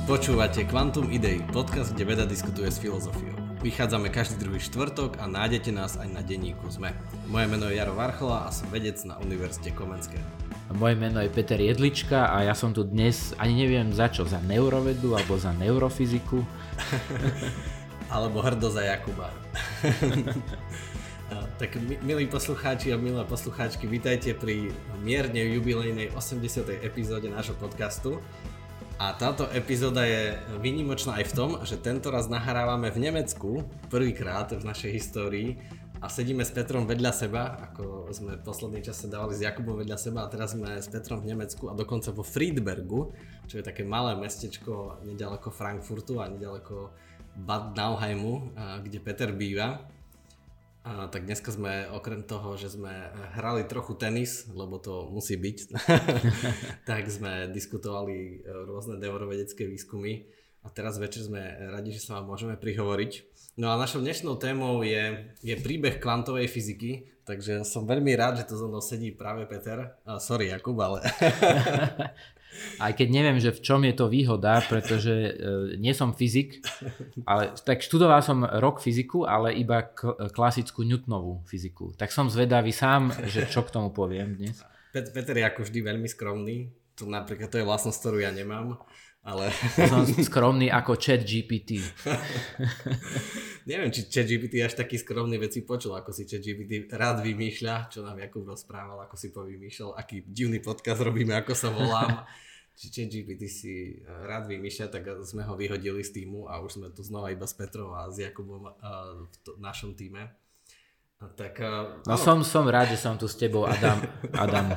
Počúvate Quantum Idei, podcast, kde veda diskutuje s filozofiou. Vychádzame každý druhý štvrtok a nájdete nás aj na denníku SME. Moje meno je Jaro Varchola a som vedec na Univerzite Komenského. Moje meno je Peter Jedlička a ja som tu dnes, ani neviem za čo, za neurovedu alebo za neurofyziku. Alebo hrdo za Jakuba. Tak milí poslucháči a milé poslucháčky, vítajte pri mierne jubilejnej 80. epizóde nášho podcastu. A táto epizóda je výnimočná aj v tom, že tento raz nahrávame v Nemecku prvýkrát v našej histórii a sedíme s Petrom vedľa seba, ako sme v posledný čas sa dávali s Jakubom vedľa seba, a teraz sme s Petrom v Nemecku a dokonca vo Friedbergu, čo je také malé mestečko nedaleko Frankfurtu a nedaleko Bad Nauheimu, kde Peter býva. Tak dneska sme okrem toho, že sme hrali trochu tenis, lebo to musí byť, tak sme diskutovali rôzne neurovedecké výskumy a teraz večer sme radi, že sa vám môžeme prihovoriť. No a našou dnešnou témou je príbeh kvantovej fyziky, takže som veľmi rád, že tu so mnou sedí práve Peter. Sorry Jakub, ale... Aj keď neviem, že v čom je to výhoda, pretože nie som fyzik, ale tak študoval som rok fyziku, ale iba klasickú Newtonovú fyziku. Tak som zvedavý sám, že čo k tomu poviem dnes. Peter je ako vždy veľmi skromný. To napríklad to je vlastnosť, ktorú ja nemám. Ale... Som skromný ako ChatGPT. Neviem, či ChatGPT až taký skromný veci počul, ako si ChatGPT rád vymýšľa, čo nám Jakub rozprával, ako si povymýšľal, aký divný podcast robíme, ako sa volám. Či ChatGPT si rád vymýšľa, tak sme ho vyhodili z týmu a už sme tu znova iba s Petrom a s Jakubom v našom týme. Tak, no som rád, že som tu s tebou, Adam. Adam.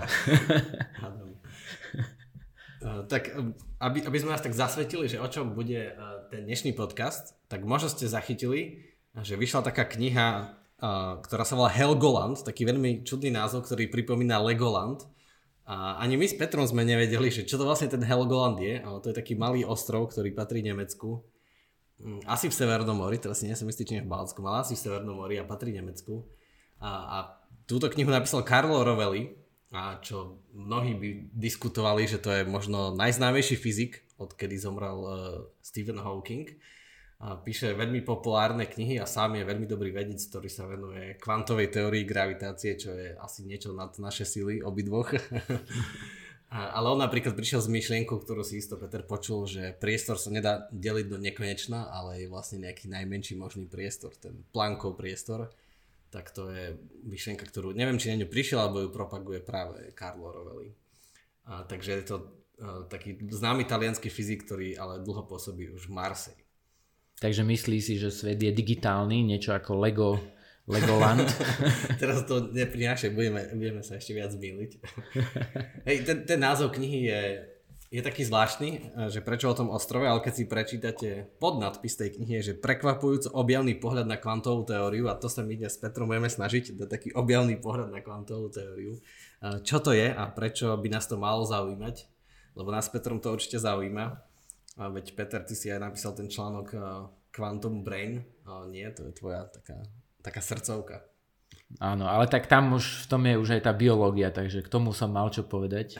Tak aby sme nás tak zasvetili, že o čom bude ten dnešný podcast, tak možno ste zachytili, že vyšla taká kniha, ktorá sa volá Helgoland, taký veľmi čudný názov, ktorý pripomína Legoland. A ani my s Petrom sme nevedeli, že čo to vlastne ten Helgoland je, ale to je taký malý ostrov, ktorý patrí Nemecku. Asi v Severnom mori, teraz si nie som istý, či nie v Baltskom, ale asi v Severnom mori a patrí Nemecku. A túto knihu napísal Carlo Rovelli, a čo mnohí by diskutovali, že to je možno najznámejší fyzik, odkedy zomrel Stephen Hawking. A píše veľmi populárne knihy a sám je veľmi dobrý vedec, ktorý sa venuje kvantovej teórii gravitácie, čo je asi niečo nad naše sily obidvoch. Ale on napríklad prišiel s myšlienkou, ktorú si isto Peter počul, že priestor sa nedá deliť do nekonečna, ale je vlastne nejaký najmenší možný priestor, ten Planckov priestor. Tak to je myšlienka, ktorú neviem, či na ňu prišiel, alebo ju propaguje práve Carlo Rovelli. Takže je to taký známy taliansky fyzik, ktorý ale dlho pôsobí už v Marseille. Takže myslí si, že svet je digitálny, niečo ako Legoland. Teraz to neprinášaj, budeme sa ešte viac zmýliť. Hej, ten názov knihy je taký zvláštny, že prečo o tom ostrove, ale keď si prečítate podnadpis tej knihy, je, že prekvapujúco objavný pohľad na kvantovú teóriu, a to sa my dnes s Petrom budeme snažiť dať taký objavný pohľad na kvantovú teóriu. Čo to je a prečo by nás to malo zaujímať, lebo nás s Petrom to určite zaujíma. Veď Peter, ty si aj napísal ten článok Quantum Brain, nie, to je tvoja taká srdcovka. Áno, ale tak tam už v tom je už aj tá biológia, takže k tomu som mal čo povedať.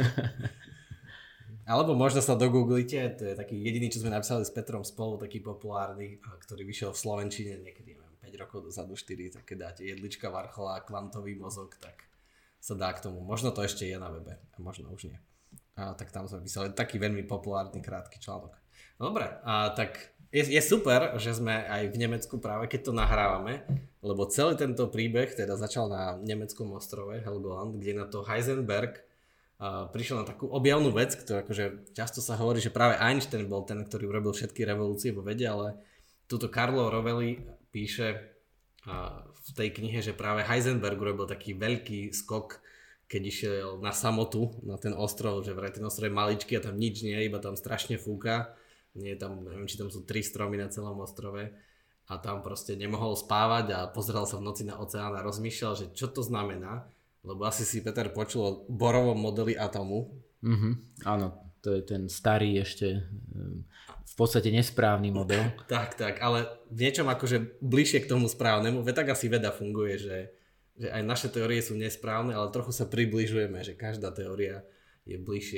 Alebo možno sa dogooglite, to je taký jediný, čo sme napísali s Petrom spolu, taký populárny, ktorý vyšiel v slovenčine niekedy, neviem, 5 rokov dozadu, 4, tak keď dáte Jedlička Varchola, kvantový mozog, tak sa dá k tomu. Možno to ešte je na webe, a možno už nie. Tak tam sme písali taký veľmi populárny krátky článok. Dobre, tak je super, že sme aj v Nemecku práve keď to nahrávame, lebo celý tento príbeh teda začal na nemeckom ostrove Helgoland, kde na to Heisenberg prišiel na takú objavnú vec, ktorá akože často sa hovorí, že práve Einstein bol ten, ktorý urobil všetky revolúcie vo vede, ale tuto Carlo Rovelli píše v tej knihe, že práve Heisenberg urobil taký veľký skok, keď išiel na samotu, na ten ostrov, že vraj ten ostrov je maličký a tam nič nie je, iba tam strašne fúka. Nie je tam, neviem, či tam sú 3 stromy na celom ostrove a tam proste nemohol spávať a pozeral sa v noci na oceán a rozmýšľal, že čo to znamená. Lebo asi si Peter počul o Borovom modeli atomu. Áno, to je ten starý ešte v podstate nesprávny model. Tak, ale v niečom akože bližšie k tomu správnemu, veď tak asi veda funguje, že aj naše teórie sú nesprávne, ale trochu sa približujeme, že každá teória je bližšie k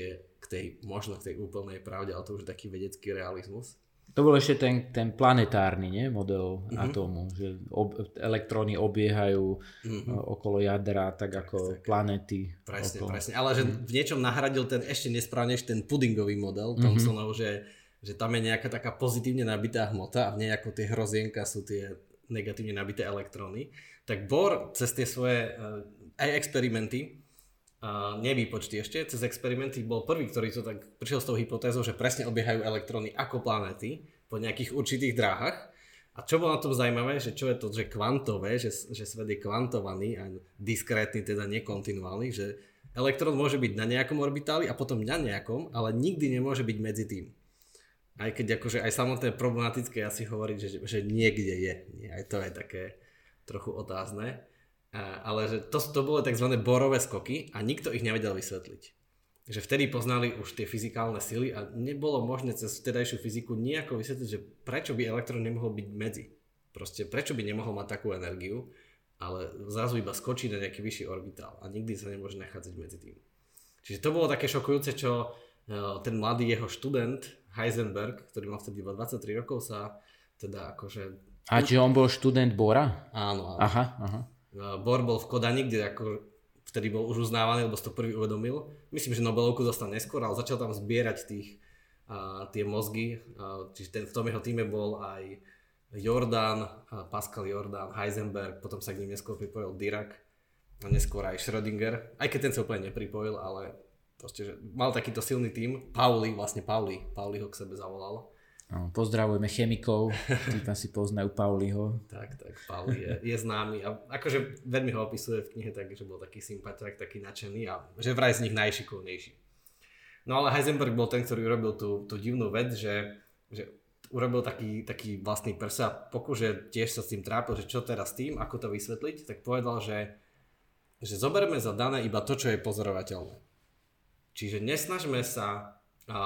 možno k tej úplnej pravde, ale to už je taký vedecký realizmus. To bol ešte ten planetárny, nie? Model atómu, že elektróny obiehajú okolo jadra, tak ako planéty. Presne. Ale že v niečom nahradil ten ešte nesprávnejší ten pudingový model Thomsonov, že tam je nejaká taká pozitívne nabitá hmota a v nej ako tie hrozienka sú tie negatívne nabité elektróny. Tak Bohr cez tie svoje aj experimenty, nevýpočty ešte, cez experimenty bol prvý, ktorý to tak prišiel s tou hypotézou, že presne obiehajú elektróny ako planéty po nejakých určitých dráhach. A čo bolo na tom zaujímavé, že čo je to, že kvantové, že svet je kvantovaný a diskrétny, teda nekontinuálny, že elektrón môže byť na nejakom orbitáli a potom na nejakom, ale nikdy nemôže byť medzi tým. Aj keď akože aj samotné problematické asi hovoriť, že niekde je. Aj to je také trochu otázne. Ale že to bolo tzv. Bohrové skoky a nikto ich nevedel vysvetliť. Že vtedy poznali už tie fyzikálne sily a nebolo možné cez vtedajšiu fyziku nejako vysvetliť, že prečo by elektrón nemohol byť medzi. Proste prečo by nemohol mať takú energiu, ale zrazu iba skočí na nejaký vyšší orbitál a nikdy sa nemôže nachádzať medzi tým. Čiže to bolo také šokujúce, čo ten mladý jeho študent Heisenberg, ktorý mal vtedy iba 23 rokov, sa teda akože... A čiže on bol študent Bohra? Áno. Aha. Bohr bol v Kodani, kde ako vtedy bol už uznávaný, lebo si to prvý uvedomil. Myslím, že Nobelovku dostal neskôr, ale začal tam zbierať tie mozgy. Čiže v tom jeho týme bol aj Jordan, Pascal Jordan, Heisenberg, potom sa k ním neskôr pripojil Dirac a neskôr aj Schrödinger. Aj keď ten sa úplne nepripojil, ale proste, že mal takýto silný tím. Pauli ho k sebe zavolal. Pozdravujeme chemikov, tí tam si poznajú Pauliho. Tak, Pauli je známy a akože veľmi ho opisuje v knihe, takže bol taký sympaťák, taký nadšený a že vraj z nich najšikovnejší. No ale Heisenberg bol ten, ktorý urobil tú divnú vec, že urobil taký vlastný prsa pokus, že tiež sa s tým trápil, že čo teraz s tým, ako to vysvetliť, tak povedal, že zoberme za dané iba to, čo je pozorovateľné. Čiže nesnažme sa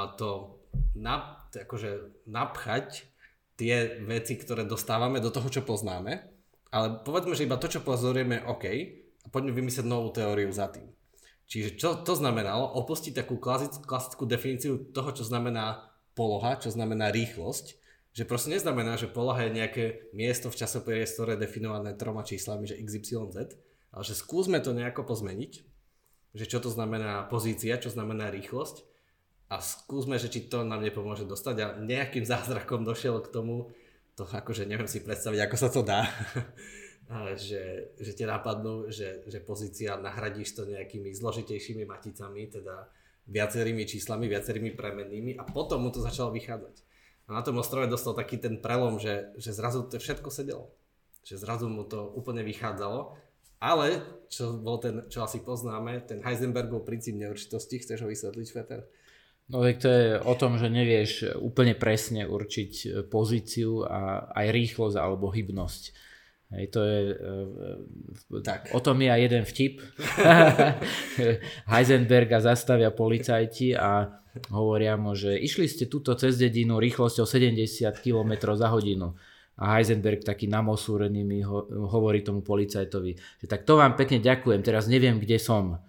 napchať tie veci, ktoré dostávame do toho, čo poznáme, ale povedzme, že iba to, čo pozorujeme, OK, a poďme vymyslieť novú teóriu za tým. Čiže čo to znamenalo? Opustiť takú klasickú definíciu toho, čo znamená poloha, čo znamená rýchlosť, že proste neznamená, že poloha je nejaké miesto v časopriestore definované 3 číslami, že x, y, z, ale že skúsme to nejako pozmeniť, že čo to znamená pozícia, čo znamená rýchlosť, a skúsme, že či to nám nepomôže dostať a nejakým zázrakom došiel k tomu, to akože neviem si predstaviť, ako sa to dá, že ti napadnú, že pozícia nahradíš to nejakými zložitejšími maticami, teda viacerými číslami, viacerými premennými a potom mu to začalo vychádzať. A na tom ostrove dostal taký ten prelom, že zrazu to všetko sedelo. Že zrazu mu to úplne vychádzalo, ale čo asi poznáme, ten Heisenbergov princíp neurčitosti, chceš ho vysvetliť, Peter? No tak to je o tom, že nevieš úplne presne určiť pozíciu a aj rýchlosť alebo hybnosť. Hej, to je, tak. O tom je aj jeden vtip. Heisenberga zastavia policajti a hovoria mu, že išli ste túto cez dedinu rýchlosťou 70 km za hodinu. A Heisenberg taký namosúrený mi hovorí tomu policajtovi, že tak to vám pekne ďakujem, teraz neviem, kde som.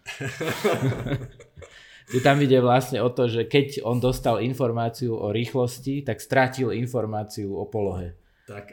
Že tam ide vlastne o to, že keď on dostal informáciu o rýchlosti, tak strátil informáciu o polohe. Tak.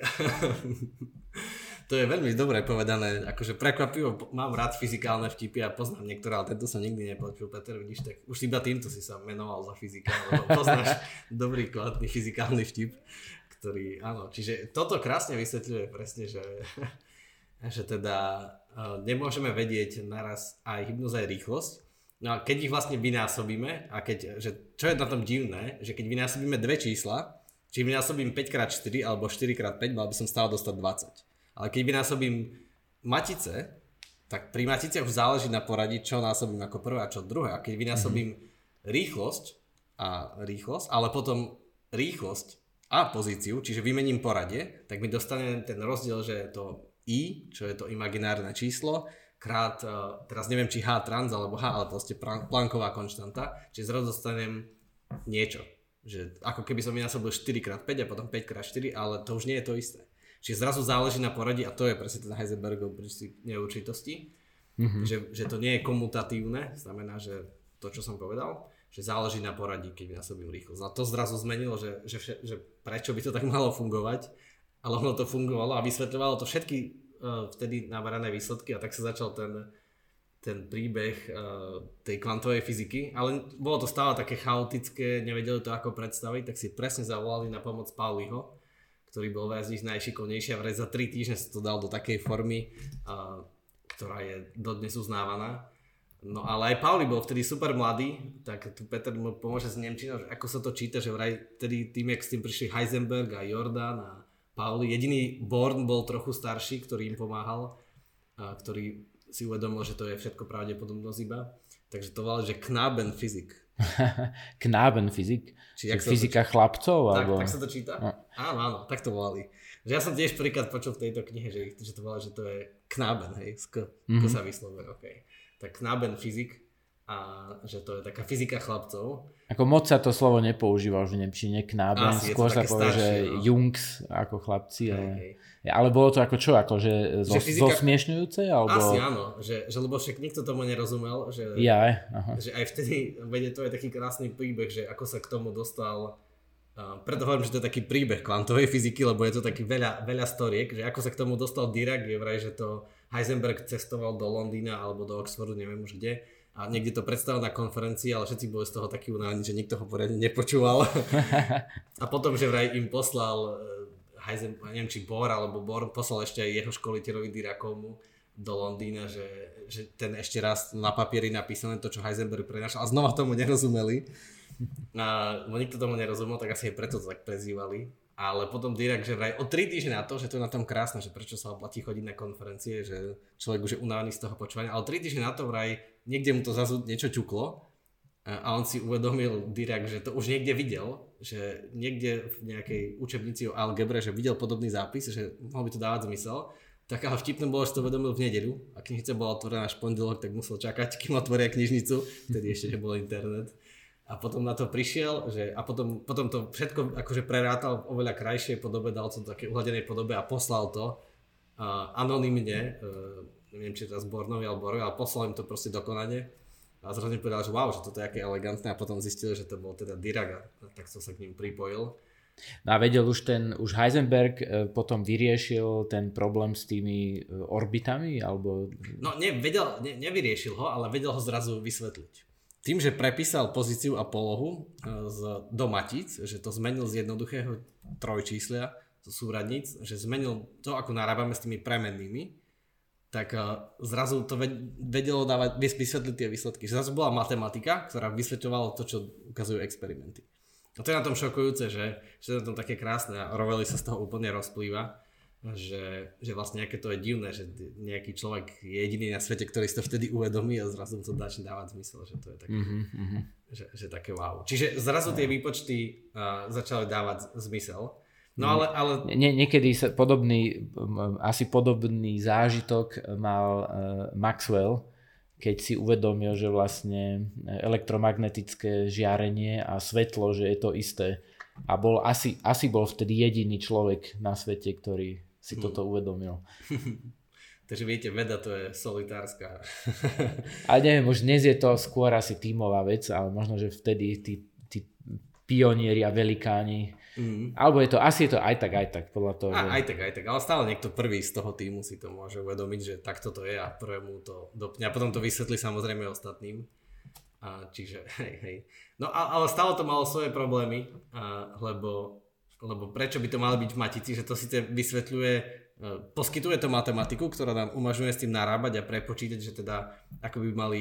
To je veľmi dobre povedané. Akože prekvapivo, mám rád fyzikálne vtipy a poznám niektoré, ale tento som nikdy nepočul. Peter, vidíš, tak už iba týmto si sa menoval za fyzika, lebo poznáš dobrý, kvalitný fyzikálny vtip, ktorý, áno. Čiže toto krásne vysvetľuje presne, že teda nemôžeme vedieť naraz aj hybnosť, aj rýchlosť. No a keď ich vlastne vynásobíme, a čo je na tom divné, že keď vynásobíme dve čísla, či vynásobím 5x4 alebo 4x5, mal by som stále dostať 20. Ale keď vynásobím matice, tak pri matice už záleží na poradí, čo násobím ako prvé a čo druhé. A keď vynásobím rýchlosť, ale potom rýchlosť a pozíciu, čiže vymením poradie, tak mi dostane ten rozdiel, že je to i, čo je to imaginárne číslo, krát, teraz neviem, či h trans alebo h, ale proste Plancková konštanta, čiže zrazu dostanem niečo. Že ako keby som vynásobil 4x5 a potom 5x4, ale to už nie je to isté. Čiže zrazu záleží na poradí a to je presne ten Heisenbergov princíp neurčitosti, že to nie je komutatívne, znamená, že to, čo som povedal, že záleží na poradí, keď vynásobím rýchlosť. A to zrazu zmenilo, že prečo by to tak malo fungovať, ale ono to fungovalo a vysvetľovalo to všetky vtedy naberané výsledky a tak sa začal ten príbeh tej kvantovej fyziky, ale bolo to stále také chaotické, nevedeli to ako predstaviť, tak si presne zavolali na pomoc Pauliho, ktorý bol viac z nich najšikovnejší a vraj za 3 týždne sa to dal do takej formy, ktorá je dodnes uznávaná. No ale aj Pauli bol vtedy super mladý, tak tu Peter mu pomôže s nemčinou, že ako sa to číta, že vraj vtedy tým, jak s tým prišli Heisenberg a Jordan a Pauli. Jediný Born bol trochu starší, ktorý im pomáhal, ktorý si uvedomil, že to je všetko pravdepodobnosť iba. Takže to volali, že Knabenphysik. Knabenphysik? Čiže fyzika chlapcov? Tak sa to číta? No. Áno, tak to volali. Že ja som tiež prvýkrát počul v tejto knihe, že to volali, že to je Knaben, hej, ako sa vyslovuje, okej. Tak Knabenphysik a že to je taká fyzika chlapcov. Ako moc sa to slovo nepoužíva už v nemčine, Knaben, skôr sa povie, že Jungs ako chlapci, ale bolo to ako čo, akože zosmiešňujúce? Alebo... Asi áno, že lebo však nikto tomu nerozumel, že aj vtedy, to je taký krásny príbeh, že ako sa k tomu dostal, preto hovorím, že to je taký príbeh kvantovej fyziky, lebo je to taký veľa storiek, že ako sa k tomu dostal Dirac, je vraj, že to Heisenberg cestoval do Londýna alebo do Oxfordu, neviem už kde, a niekde to predstavil na konferencii, ale všetci boli z toho takí unavení, že nikto ho poriadne nepočúval. A potom, že vraj im poslal Heisenberg, neviem či Bohr alebo Bohr, poslal ešte aj jeho školiteľovi Diracomu do Londýna, že ten ešte raz na papieri napísané to, čo Heisenberg prenášal a znova tomu nerozumeli. A nikto tomu nerozumel, tak asi aj preto to tak prezývali. Ale potom Dirac, že vraj o 3 týždne na to, že to je na tom krásne, že prečo sa oplatí chodiť na konferencie, že človek už je unavený z toho počúvania, ale 3 týždne na to vraj niekde mu to zrazu niečo ťuklo a on si uvedomil, Dirac, že to už niekde videl, že niekde v nejakej učebnici o algebre, že videl podobný zápis, že mohol by to dávať zmysel. Tak ale vtipné bolo, že to uvedomil v nedeľu a knižnica bola otvorená až pondelok, tak musel čakať, kým otvoria knižnicu, vtedy ešte nebol internet. A potom na to prišiel, a potom to všetko akože prerátal v oveľa krajšej podobe, dal to v takej uhladenej podobe a poslal to anonymne, neviem či teraz Bornovi alebo Borovi, ale poslal im to proste dokonane. A zrazu mi povedal, že wow, že toto je aké elegantné a potom zistil, že to bol teda Dirac a tak som sa k ním pripojil. No a vedel už Heisenberg potom vyriešil ten problém s tými orbitami, alebo... No nevyriešil ho, ale vedel ho zrazu vysvetliť. Tým, že prepísal pozíciu a polohu do matíc, že to zmenil z jednoduchého trojčíslia, zo súradníc, že zmenil to, ako narábame s tými premennými, tak zrazu to vedelo vysvetliť tie výsledky. Že zrazu bola matematika, ktorá vysvetľovala to, čo ukazujú experimenty. A to je na tom šokujúce, že je na tom také krásne a Rovelli sa z toho úplne rozplýva. Že vlastne aké to je divné, že nejaký človek je jediný na svete, ktorý si to vtedy uvedomí a zrazu to začne dávať zmysel, že to je také, že také wow. Čiže zrazu tie výpočty začali dávať zmysel. No ale... Niekedy asi podobný zážitok mal Maxwell, keď si uvedomil, že vlastne elektromagnetické žiarenie a svetlo, že je to isté. A asi bol vtedy jediný človek na svete, ktorý si toto uvedomil. Takže viete, veda to je solitárska. Ale neviem, už dnes je to skôr asi tímová vec, ale možno, že vtedy tí pionieri a velikáni, alebo asi je to aj tak, podľa toho. Aj tak, ale stále niekto prvý z toho tímu si to môže uvedomiť, že takto to je a prvému to dopne a potom to vysvetlí samozrejme ostatným. Čiže hej. No ale stále to malo svoje problémy, lebo prečo by to malo byť v matici, že to síce vysvetľuje, poskytuje to matematiku, ktorá nám umožňuje s tým narábať a prepočítať, že teda ako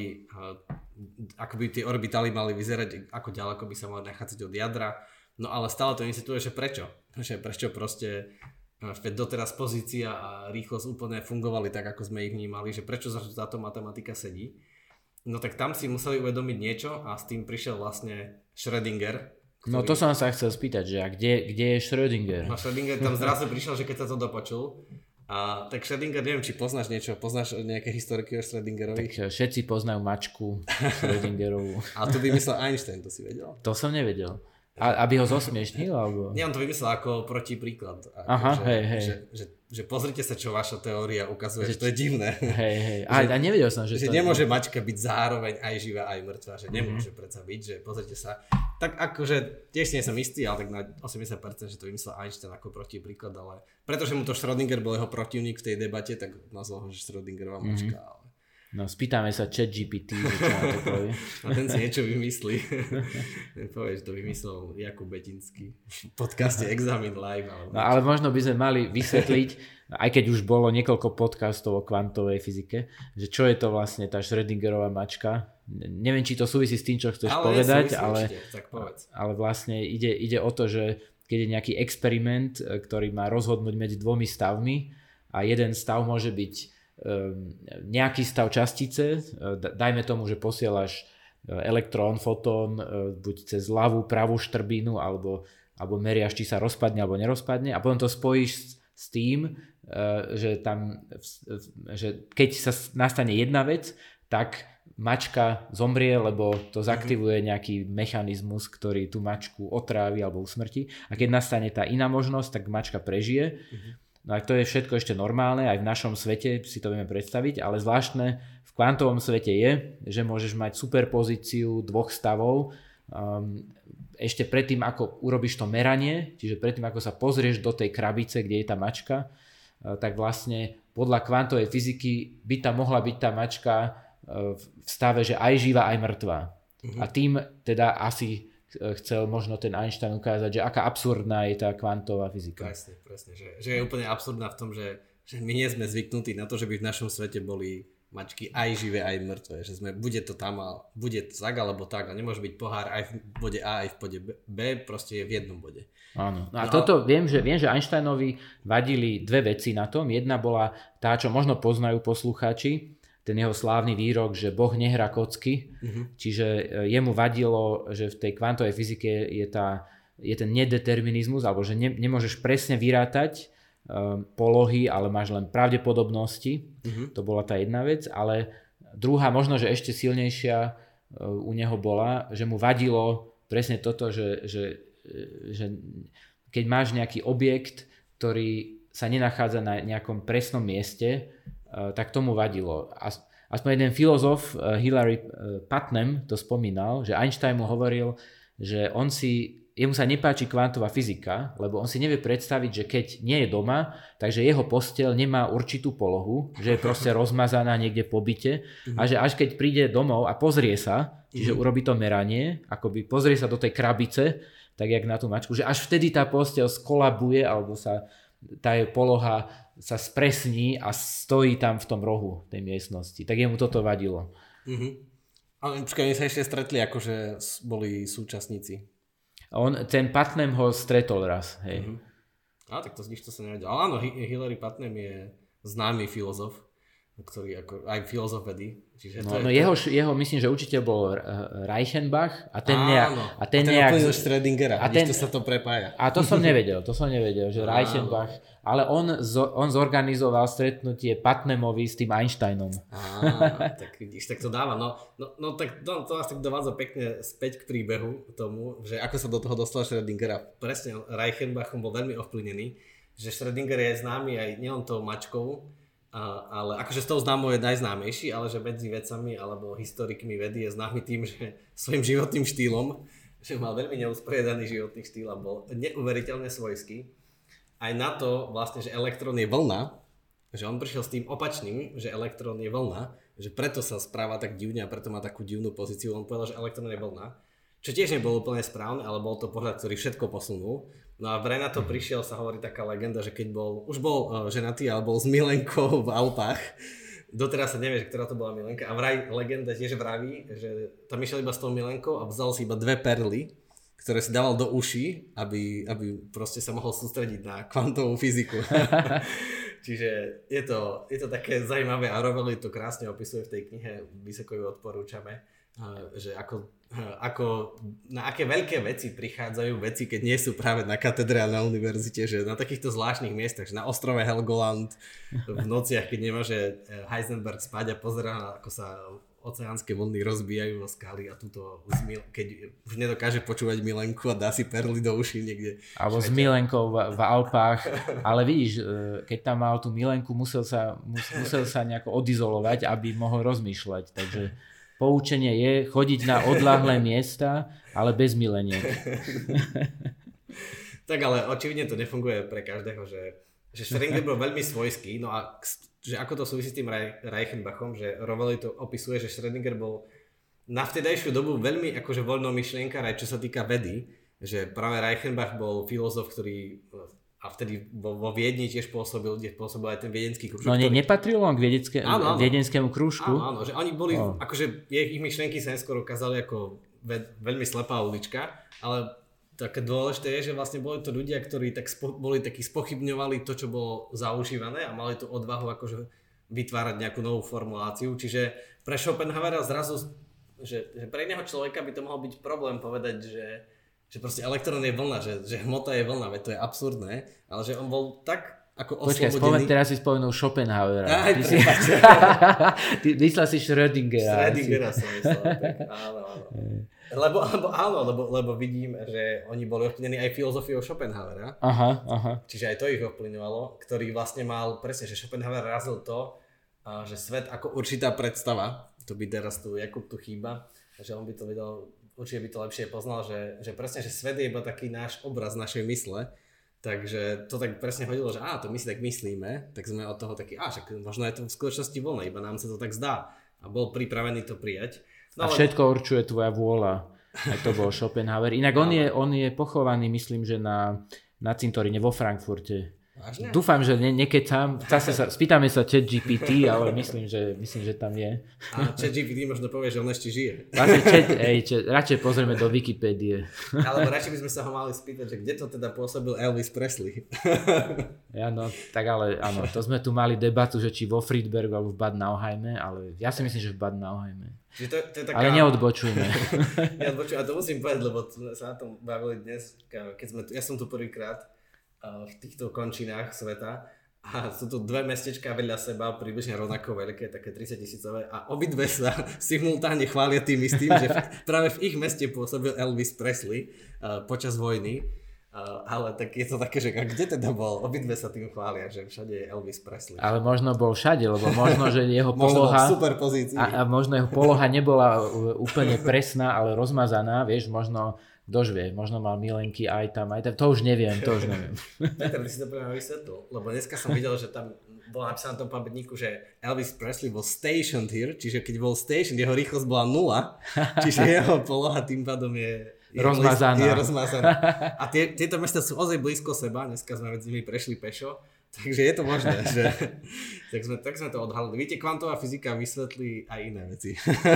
by tie orbitály mali vyzerať, ako ďaleko by sa mali nachádzať od jadra, no ale stále to vysvetľuje, že prečo. Že prečo proste doteraz pozícia a rýchlosť úplne fungovali tak, ako sme ich vnímali, že prečo táto matematika sedí. No tak tam si museli uvedomiť niečo a s tým prišiel vlastne Schrödinger. No to som sa chcel spýtať, že a kde je Schrödinger? No Schrödinger tam zrazu prišiel, že keď sa to dopočul. Tak Schrödinger, neviem, či poznáš niečo, poznáš nejaké historiky o Schrödingerovi? Tak všetci poznajú mačku Schrödingerovú. A to vymyslel Einstein, to si vedel? To som nevedel. Aby ho zosmiešnil? Alebo... Nie, on to vymyslel ako protipríklad. Aha, hej. Že že pozrite sa, čo vaša teória ukazuje, že to je divné. Hej. A nevedel som, že to nemôže mačka byť zároveň aj živá, aj mŕtva, že nemôže predsa byť, že pozrite sa. Tak akože tiež nie som istý, ale tak na 80%, že to vymyslel Einstein ako protipríklad, ale pretože mu to Schrödinger bol jeho protivník v tej debate, tak nazval ho, že Schrödingerová mačka, ale... No, spýtame sa ChatGPT, že čo na to povie. A ten si niečo vymyslí. Povie, že to vymyslel Jakub Betinský v podcaste Examin Live. Ale možno by sme mali vysvetliť, aj keď už bolo niekoľko podcastov o kvantovej fyzike, že čo je to vlastne tá Schrödingerová mačka. Neviem, či to súvisí s tým, čo chceš povedať, ale vlastne ide o to, že keď je nejaký experiment, ktorý má rozhodnúť medzi dvomi stavmi a jeden stav môže byť nejaký stav častice, dajme tomu, že posielaš elektrón, fotón buď cez ľavú, pravú štrbinu alebo meriaš, či sa rozpadne alebo nerozpadne a potom to spojíš s tým, že keď sa nastane jedna vec, tak mačka zomrie, lebo to zaktivuje nejaký mechanizmus, ktorý tú mačku otrávi alebo usmrtí a keď nastane tá iná možnosť, tak mačka prežije. No a to je všetko ešte normálne, aj v našom svete si to vieme predstaviť, ale zvláštne v kvantovom svete je, že môžeš mať superpozíciu dvoch stavov ešte predtým, ako urobíš to meranie, čiže predtým, ako sa pozrieš do tej krabice, kde je tá mačka, tak vlastne podľa kvantovej fyziky by tam mohla byť tá mačka v stave, že aj živá, aj mŕtva. A tým teda asi chcel možno ten Einstein ukázať, že aká absurdná je tá kvantová fyzika. Presne. Že je úplne absurdná v tom, že my nie sme zvyknutí na to, že by v našom svete boli mačky aj živé, aj mŕtve. Že bude to tam a bude to tak alebo tak. A nemôže byť pohár aj v bode A, aj v bode B, proste je v jednom bode. Áno. No a toto viem, že Einsteinovi vadili dve veci na tom. Jedna bola tá, čo možno poznajú poslucháči, ten jeho slávny výrok, že Boh nehrá kocky, čiže jemu vadilo, že v tej kvantovej fyzike je ten nedeterminizmus, alebo že nemôžeš presne vyrátať polohy, ale máš len pravdepodobnosti. To bola tá jedna vec, ale druhá, možno, že ešte silnejšia u neho bola, že mu vadilo presne toto, že keď máš nejaký objekt, ktorý sa nenachádza na nejakom presnom mieste, tak tomu vadilo. Aspoň jeden filozof, Hilary Putnam, to spomínal, že Einstein mu hovoril, že jemu sa nepáči kvantová fyzika, lebo on si nevie predstaviť, že keď nie je doma, takže jeho posteľ nemá určitú polohu, že je proste rozmazaná niekde po byte a že až keď príde domov a pozrie sa, čiže urobí to meranie, akoby pozrie sa do tej krabice, tak jak na tú mačku, že až vtedy tá posteľ skolabuje alebo sa tá poloha sa spresní a stojí tam v tom rohu tej miestnosti. Tak jemu toto vadilo. Ale počkaj, my sa ešte stretli, akože boli súčasníci. Ten Putnam ho stretol raz. Hej. Tak to z nič to sa nevedel. Ale áno, Hilary Putnam je známy filozof, ktorý ako aj filozof vedy. Jeho myslím, že učiteľ bol Reichenbach a ten úplne zo Schrödingera, to sa to prepája. A to som nevedel, že Reichenbach, ale on zorganizoval stretnutie Putnamovi s tým Einsteinom. Tak vidíš, tak to dáva. Tak to nás tak dovádza pekne späť k príbehu tomu, že ako sa do toho dostal Schrödingera. Presne Reichenbachom bol veľmi ovplyvnený, že Schrödinger je známy aj nielen tou mačkou, ale akože s tou známou je najznámejší, ale že medzi vedcami alebo historikmi vedy je známy tým, že svojim životným štýlom, že mal veľmi neusporiadaný životný štýl a bol neuveriteľne svojský. Aj na to vlastne, že elektrón je vlna, že on prišiel s tým opačným, že elektrón je vlna, že preto sa správa tak divne a preto má takú divnú pozíciu. On povedal, že elektrón je vlna, čo tiež nebolo úplne správne, ale bol to pohľad, ktorý všetko posunul. No a vraj na to prišiel, sa hovorí taká legenda, že keď už bol ženatý, ale bol s milenkou v Alpách. Doteraz sa nevie, že ktorá to bola milenka. A vraj legenda tiež vraví, že tam išiel iba s tou milenkou a vzal si iba 2 perly, ktoré si dával do uší, aby proste sa mohol sústrediť na kvantovú fyziku. Čiže je to také zaujímavé a Rovelli to krásne opisuje v tej knihe, vysoko ju odporúčame, že ako na aké veľké veci prichádzajú veci, keď nie sú práve na katedre a na univerzite, že na takýchto zvláštnych miestach, že na ostrove Helgoland v nociach, keď nemôže Heisenberg spať a pozerá, ako sa oceánske vlny rozbijajú o skaly a tuto keď už nedokáže počúvať Milenku a dá si perly do uší niekde. Alebo s Milenkou v Alpách, ale vidíš, keď tam mal tú Milenku, musel sa nejako odizolovať, aby mohol rozmýšľať, takže poučenie je chodiť na odľahlé miesta, ale bez mileniek. Tak ale očividne to nefunguje pre každého, že Schrödinger bol veľmi svojský, no a že ako to súvisí s tým Reichenbachom, že Rovelli to opisuje, že Schrödinger bol na vtedajšiu dobu veľmi akože voľnomyšlienka, aj čo sa týka vedy, že práve Reichenbach bol filozof, ktorý a vtedy vo Viedni tiež pôsobil, kde pôsobil aj ten viedenský krúžok. No nepatrilo on k viedenskému krúžku? Áno, že oni boli, akože ich myšlienky sa neskôr ukázali ako veľmi slepá ulička, ale také dôležité je, že vlastne boli to ľudia, ktorí boli takí spochybňovali to, čo bolo zaužívané a mali tú odvahu akože vytvárať nejakú novú formuláciu. Čiže pre Schopenhauera zrazu, že pre iného človeka by to mohol byť problém povedať, že proste elektrón je vlna, že hmota je vlna, veď to je absurdné, ale že on bol tak ako oslobodený. Teraz si spomenul Schopenhauera. Ty myslel si Schrödingera. Schrödingera som myslel, tak áno. Lebo vidím, že oni boli ovplyvnení aj filozofiou Schopenhauera. Aha. Čiže aj to ich ovplyvňovalo, ktorý vlastne mal presne, že Schopenhauer razil to, že svet ako určitá predstava, to by teraz tu Jakub tu chýba, že on by to vedel, určite by to lepšie poznal, že presne, že svet je iba taký náš obraz našej mysle. Takže to tak presne hodilo, že to my si tak myslíme, tak sme od toho takí, však možno je to v skutočnosti voľné, iba nám sa to tak zdá. A bol pripravený to prijať. No, a všetko určuje tvoja vôľa. Aj to bol Schopenhauer. Inak on je pochovaný, myslím, že na cintoríne vo Frankfurte. Vážne? Dúfam, že nekecam. Spýtame sa ChatGPT, ale myslím, že tam je. A ChatGPT možno povie, že on ešte žije. Radšej pozrieme do Wikipédie. Alebo radšej by sme sa ho mali spýtať, že kde to teda pôsobil Elvis Presley. Ja, no, tak ale áno, to sme tu mali debatu, že či vo Friedbergu alebo v Bad Nauheime, ale ja si myslím, že v Bad Nauheime. To je taká... Ale neodbočujme. A to musím povedať, lebo sa na tom bavili dnes, keď ja som tu prvýkrát v týchto končinách sveta a sú tu dve mestečká vedľa seba približne rovnako veľké, také 30 000 a obidve sa simultánne chvália tým istým, že práve v ich meste pôsobil Elvis Presley počas vojny, ale tak je to také, že kde teda bol? Obidve sa tým chvália, že všade je Elvis Presley. Ale možno bol všade, lebo možno, že jeho možno poloha bol v super pozícii. A možno jeho poloha nebola úplne presná, ale rozmazaná, vieš, možno ktože vie, možno mal milenky aj tam, to už neviem. Peter, ty si to práve vysvetlil, lebo dneska som videl, že tam bolo napísané na tom pamätníku, že Elvis Presley bol stationed here, čiže keď bol stationed, jeho rýchlosť bola 0, čiže jeho poloha tým pádom je rozmazaná. A tieto mesta sú ozaj blízko seba, dneska sme medzi nimi prešli pešo, takže je to možné, že tak sme to odhalili. Víte, kvantová fyzika vysvetlí aj iné veci.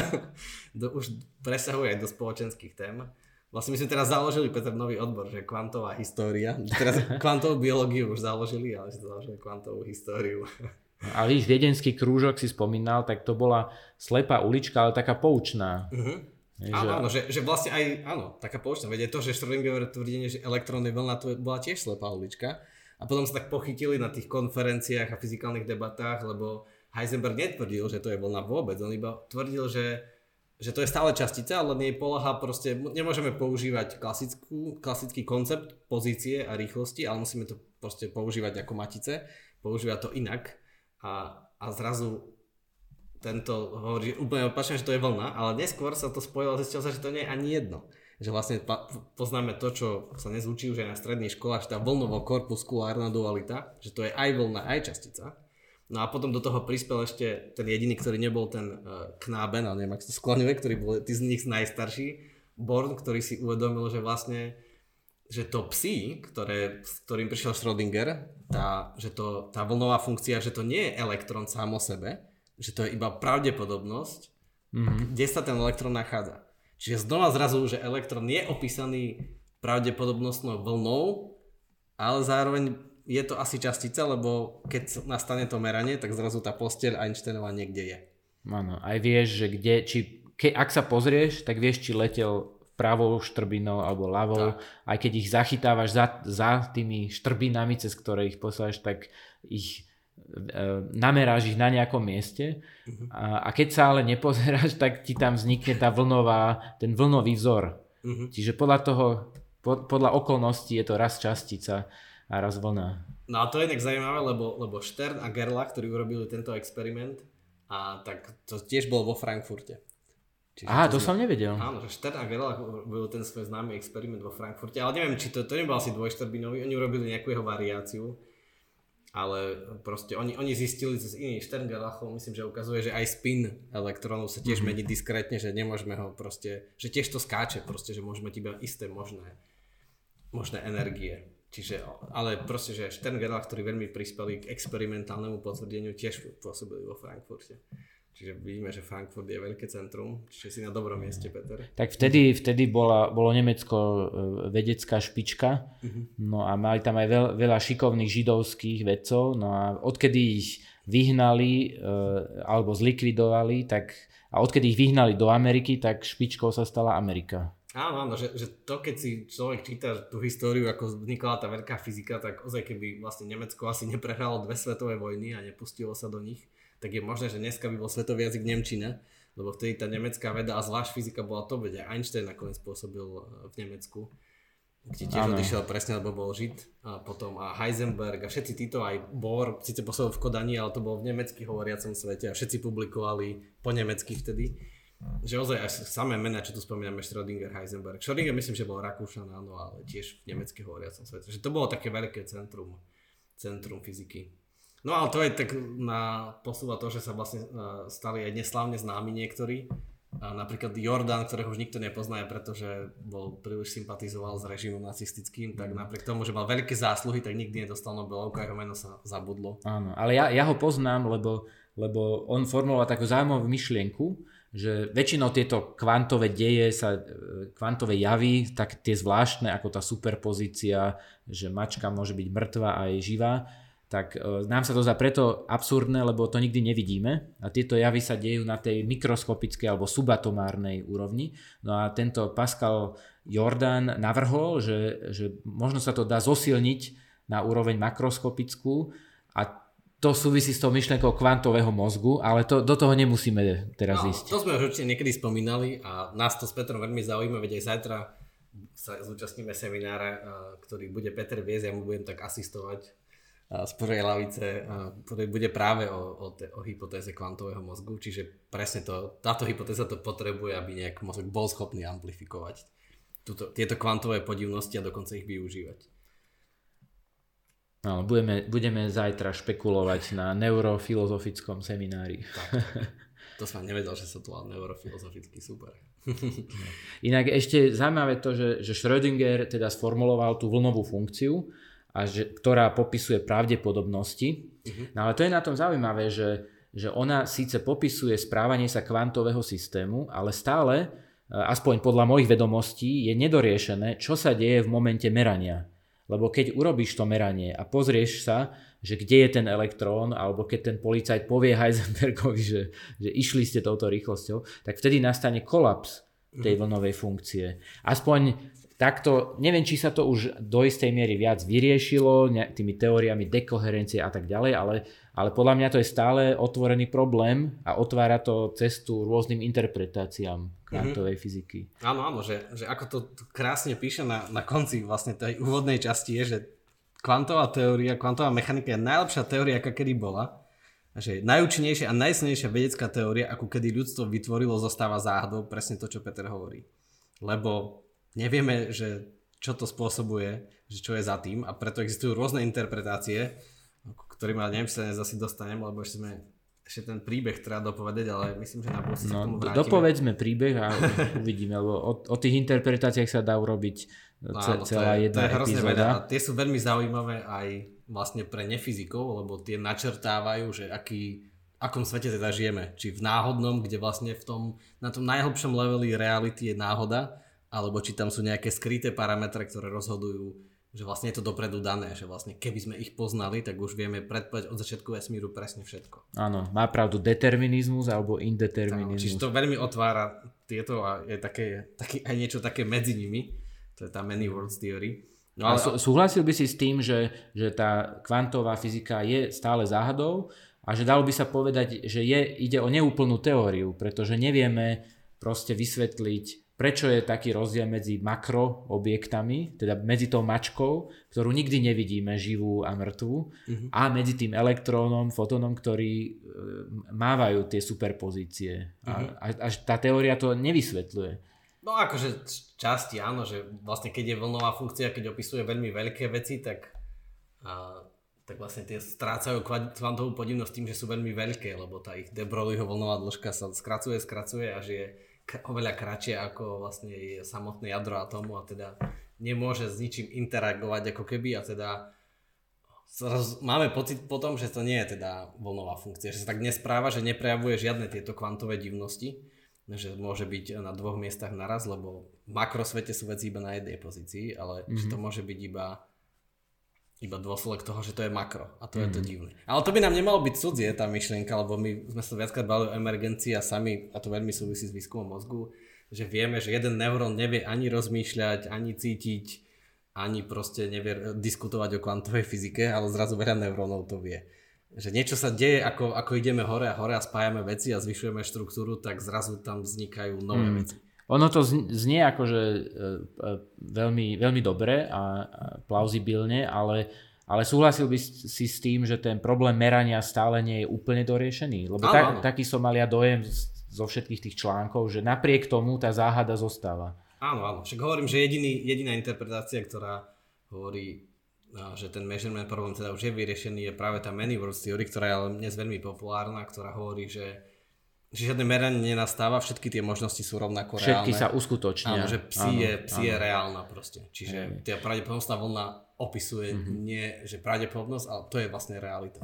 Už presahuje aj do spoločenských tém. Vlastne my sme teraz založili, Peter, nový odbor, že kvantová história. Teraz kvantovú biológiu už založili, ale si založili kvantovú históriu. A víš, viedenský krúžok si spomínal, tak to bola slepá ulička, ale taká poučná. Áno, že vlastne aj, taká poučná. Veď je to, že Schrödinger tvrdenie, že elektrón je vlna, to bola tiež slepá ulička. A potom sa tak pochytili na tých konferenciách a fyzikálnych debatách, lebo Heisenberg netvrdil, že to je vlna vôbec. On iba tvrdil, že to je stále častica, ale nie je poloha, proste nemôžeme používať klasický koncept pozície a rýchlosti, ale musíme to proste používať ako matice, používať to inak a zrazu tento hovorí úplne opačne, že to je vlna, ale neskôr sa to spojilo a zistilo sa, že to nie je ani jedno. Že vlastne poznáme to, čo sa dnes učí už aj na stredných školách, že tá vlnovo-korpuskulárna dualita, že to je aj vlna, aj častica. No a potom do toho prispel ešte ten jediný, ktorý nebol ten Knaben, ale neviem, ak sa to skloňuje, ktorý bol tí z nich najstarší, Born, ktorý si uvedomil, že vlastne, že to psi, s ktorým prišiel Schrödinger, tá vlnová funkcia, že to nie je elektrón sám o sebe, že to je iba pravdepodobnosť, kde sa ten elektrón nachádza. Čiže znova zrazu, že elektrón je opísaný pravdepodobnostnou vlnou, ale zároveň je to asi častica, lebo keď nastane to meranie, tak zrazu tá posteľ Einsteinova niekde je. Áno, aj vieš, že ak sa pozrieš, tak vieš, či letel pravou štrbinou alebo ľavou, aj keď ich zachytávaš za tými štrbinami, cez ktoré ich posláš, tak ich nameráš ich na nejakom mieste a keď sa ale nepozeráš, tak ti tam vznikne ten vlnový vzor. Čiže podľa okolností je to raz častica a raz vlna. No a to je inak zaujímavé, lebo Stern a Gerlach, ktorí urobili tento experiment, a tak to tiež bol vo Frankfurte. Čiže to som nevedel. Áno, že Stern a Gerlach urobili ten svoj známy experiment vo Frankfurte, ale neviem, či to nebol asi dvojštrbinový, oni urobili nejakú jeho variáciu, ale proste oni zistili cez iný Stern Gerlachov, myslím, že ukazuje, že aj spin elektrónov sa tiež mení diskrétne, že nemôžeme ho proste, že tiež to skáče proste, že môžeme mať iba isté možné energie. Čiže, ale proste, že Stern Gerlach, ktorí veľmi prispeli k experimentálnemu potvrdeniu, tiež pôsobili vo Frankfurte. Čiže vidíme, že Frankfurt je veľké centrum, čiže si na dobrom mieste, Peter. Tak vtedy bolo Nemecko vedecká špička, no a mali tam aj veľa šikovných židovských vedcov, no a odkedy ich vyhnali alebo zlikvidovali, a odkedy ich vyhnali do Ameriky, tak špičkou sa stala Amerika. Áno, že to, keď si človek číta tú históriu, ako vznikla tá veľká fyzika, tak ozaj keby vlastne Nemecko asi neprehralo 2 svetové vojny a nepustilo sa do nich, tak je možné, že dneska by bol svetový jazyk nemčina, lebo vtedy tá nemecká veda a zvlášť fyzika bola to vedia. Einstein nakoniec pôsobil v Nemecku, kde tiež odišiel presne, lebo bol Žid, a potom a Heisenberg a všetci títo, aj Bohr, síce pôsobil v Kodani, ale to bol v nemecky hovoriacom svete a všetci publikovali po nemecky vtedy. Že ozaj aj samé mená, čo tu spomíname, Schrödinger, Heisenberg. Schrödinger myslím, že bol Rakúšan, áno, ale tiež v nemecky hovoriacom svete. Že to bolo také veľké centrum fyziky. No ale to je tak posúva to, že sa vlastne stali aj neslávne známi niektorí. A napríklad Jordan, ktorého už nikto nepozná, pretože príliš sympatizoval s režimom nacistickým, tak napriek tomu, že mal veľké zásluhy, tak nikdy nedostal Nobelovku a jeho meno sa zabudlo. Áno, ale ja ho poznám, lebo on formuloval takú zaujímavú myšlienku, že väčšinou tieto kvantové kvantové javy, tak tie zvláštne, ako tá superpozícia, že mačka môže byť mŕtva a je živá, tak nám sa to zdá preto absurdné, lebo to nikdy nevidíme a tieto javy sa dejú na tej mikroskopickej alebo subatomárnej úrovni. No a tento Pascal Jordan navrhol, že možno sa to dá zosilniť na úroveň makroskopickú a to súvisí s tou myšlenkou kvantového mozgu, ale do toho nemusíme teraz ísť. To sme už určite niekedy spomínali a nás to s Petrom veľmi zaujíma, veď aj zajtra sa zúčastníme seminára, ktorý bude Peter viesť, ja mu budem tak asistovať z prvej lavice, ktorý bude práve o hypotéze kvantového mozgu, čiže presne táto hypotéza to potrebuje, aby nejak mozog bol schopný amplifikovať tieto kvantové podivnosti a dokonca ich využívať. No, budeme zajtra špekulovať na neurofilozofickom seminári. Tak. To som nevedel, že sa to volá neurofilozofický, super. Inak ešte zaujímavé to, že Schrödinger teda sformuloval tú vlnovú funkciu, ktorá popisuje pravdepodobnosti. No ale to je na tom zaujímavé, že ona síce popisuje správanie sa kvantového systému, ale stále, aspoň podľa mojich vedomostí, je nedoriešené, čo sa deje v momente merania. Lebo keď urobíš to meranie a pozrieš sa, že kde je ten elektrón, alebo keď ten policajt povie Heisenbergovi, že išli ste touto rýchlosťou, tak vtedy nastane kolaps tej vlnovej funkcie. Aspoň takto, neviem, či sa to už do istej miery viac vyriešilo tými teóriami dekoherencie a tak ďalej, ale podľa mňa to je stále otvorený problém a otvára to cestu rôznym interpretáciám kvantovej fyziky. Áno, že ako to krásne píše na konci vlastne tej úvodnej časti je, že kvantová mechanika je najlepšia teória, aká kedy bola. Že najúčinnejšia a najsilnejšia vedecká teória, akú kedy ľudstvo vytvorilo, zostáva záhadou, presne to, čo Peter hovorí. Lebo nevieme, že čo to spôsobuje, že čo je za tým a preto existujú rôzne interpretácie, ktorým ale neviem, či sa dnes asi dostanem, lebo ešte ten príbeh treba dopovedať, ale myslím, že na budúci sa k tomu vrátime. Dopovedzme príbeh a uvidíme, lebo o tých interpretáciách sa dá urobiť celá jedna epizóda. Tie sú veľmi zaujímavé aj vlastne pre nefyzikov, lebo tie načrtávajú, že akom svete teda žijeme. Či v náhodnom, kde vlastne na tom najhlbšom leveli reality je náhoda, alebo či tam sú nejaké skryté parametre, ktoré rozhodujú, že vlastne je to dopredu dané, že vlastne keby sme ich poznali, tak už vieme predpovedať od začiatku vesmíru presne všetko. Áno, má pravdu determinizmus alebo indeterminizmus. Čiže to veľmi otvára tieto a je taký aj niečo také medzi nimi, to je tá many worlds theory. No, ale... Súhlasil by si s tým, že tá kvantová fyzika je stále záhadou a že dalo by sa povedať, že ide o neúplnú teóriu, pretože nevieme proste vysvetliť, prečo je taký rozdiel medzi makroobjektami, teda medzi tou mačkou, ktorú nikdy nevidíme, živú a mŕtvú, a medzi tým elektrónom, fotónom, ktorí mávajú tie superpozície. A tá teória to nevysvetľuje. No akože časti áno, že vlastne keď je vlnová funkcia, keď opisuje veľmi veľké veci, tak vlastne tie strácajú kvantovú podivnosť tým, že sú veľmi veľké, lebo tá ich de Broglieho vlnová dĺžka sa skracuje a že je oveľa kratšie ako vlastne je samotné jadro atómu a teda nemôže s ničím interagovať ako keby a teda máme pocit potom, že to nie je teda vlnová funkcia, že sa tak nespráva, že neprejavuje žiadne tieto kvantové divnosti, že môže byť na dvoch miestach naraz, lebo v makrosvete sú veci iba na jednej pozícii, ale že to môže byť iba dôsledok toho, že to je makro a to je to divné. Ale to by nám nemalo byť cudzie tá myšlienka, lebo my sme sa viackrát bavili o emergencii a sami, a to veľmi súvisí s výskumom mozgu, že vieme, že jeden neurón nevie ani rozmýšľať, ani cítiť, ani proste nevie diskutovať o kvantovej fyzike, ale zrazu veľa neurónov to vie. Že niečo sa deje, ako ideme hore a spájame veci a zvyšujeme štruktúru, tak zrazu tam vznikajú nové veci. Ono to znie akože veľmi, veľmi dobre a plauzibilne, ale súhlasil by si s tým, že ten problém merania stále nie je úplne doriešený? Lebo taký som mal ja dojem zo všetkých tých článkov, že napriek tomu tá záhada zostáva. Áno. Však hovorím, že jediná interpretácia, ktorá hovorí, že ten measurement problém teda už je vyriešený, je práve tá many words theory, ktorá je ale dnes veľmi populárna, ktorá hovorí, že žiadne meranie nenastáva, všetky tie možnosti sú rovnako reálne. Všetky sa uskutočnia. Áno, že psi je reálna proste. Čiže tá pravdepodobnostná vlna opisuje nie, že pravdepodobnosť, ale to je vlastne realita.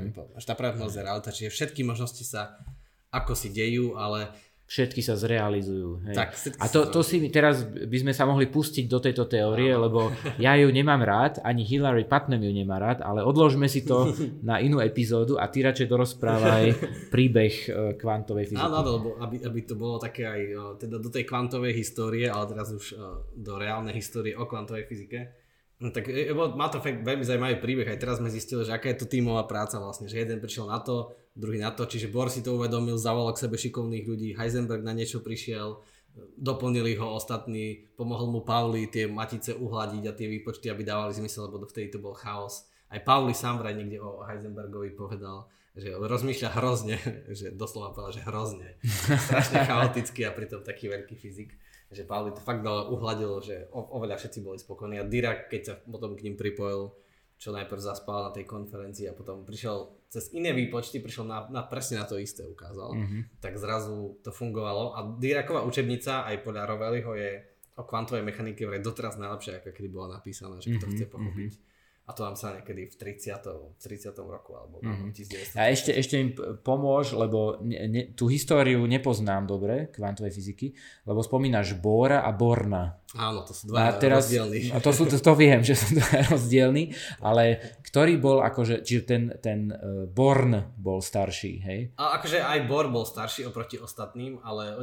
Tá pravdepodobnosť je realita, čiže všetky možnosti sa ako si dejú, ale všetky sa zrealizujú. Hej. Tak, a to si teraz by sme sa mohli pustiť do tejto teórie, lebo ja ju nemám rád, ani Hilary Putnam ju nemá rád, ale odložme si to na inú epizódu a ty radšej dorozprávaj príbeh kvantovej fyziky. Áno, lebo aby to bolo také aj teda do tej kvantovej histórie, ale teraz už do reálnej histórie o kvantovej fyzike. Tak má to fakt veľmi zaujímavý príbeh. Aj teraz sme zistili, že aká je to tímová práca vlastne, že jeden prišiel na to, druhý na to, čiže Bohr si to uvedomil, zavolal k sebe šikovných ľudí, Heisenberg na niečo prišiel, doplnili ho ostatní, pomohol mu Pauli tie matice uhladiť a tie výpočty, aby dávali zmysel, lebo vtedy to bol chaos. Aj Pauli sám vraj niekde o Heisenbergovi povedal, že rozmýšľa hrozne, že doslova povedal, že hrozne, strašne chaoticky a pritom taký veľký fyzik. Že Pauli to fakt uhladilo, že oveľa všetci boli spokojní a Dirac, keď sa potom k ním pripojil, čo najprv zaspal na tej konferencii a potom prišiel cez iné výpočty, prišiel presne na to isté ukázal, tak zrazu to fungovalo a Diracova učebnica aj podľa Rovelliho je o kvantovej mechanike vraj doteraz najlepšia, aká kedy bola napísaná, že kto chce pochopiť. A to nám sa niekedy v 30. roku alebo 1900. A ešte im pomôž, lebo tú históriu nepoznám dobre, kvantovej fyziky, lebo spomínaš Bohra a Borna. Áno, to sú dva rozdielni. A to viem, že sú dva rozdielni, ale ktorý bol akože, čiže ten Born bol starší, hej? A akože aj Bohr bol starší oproti ostatným, ale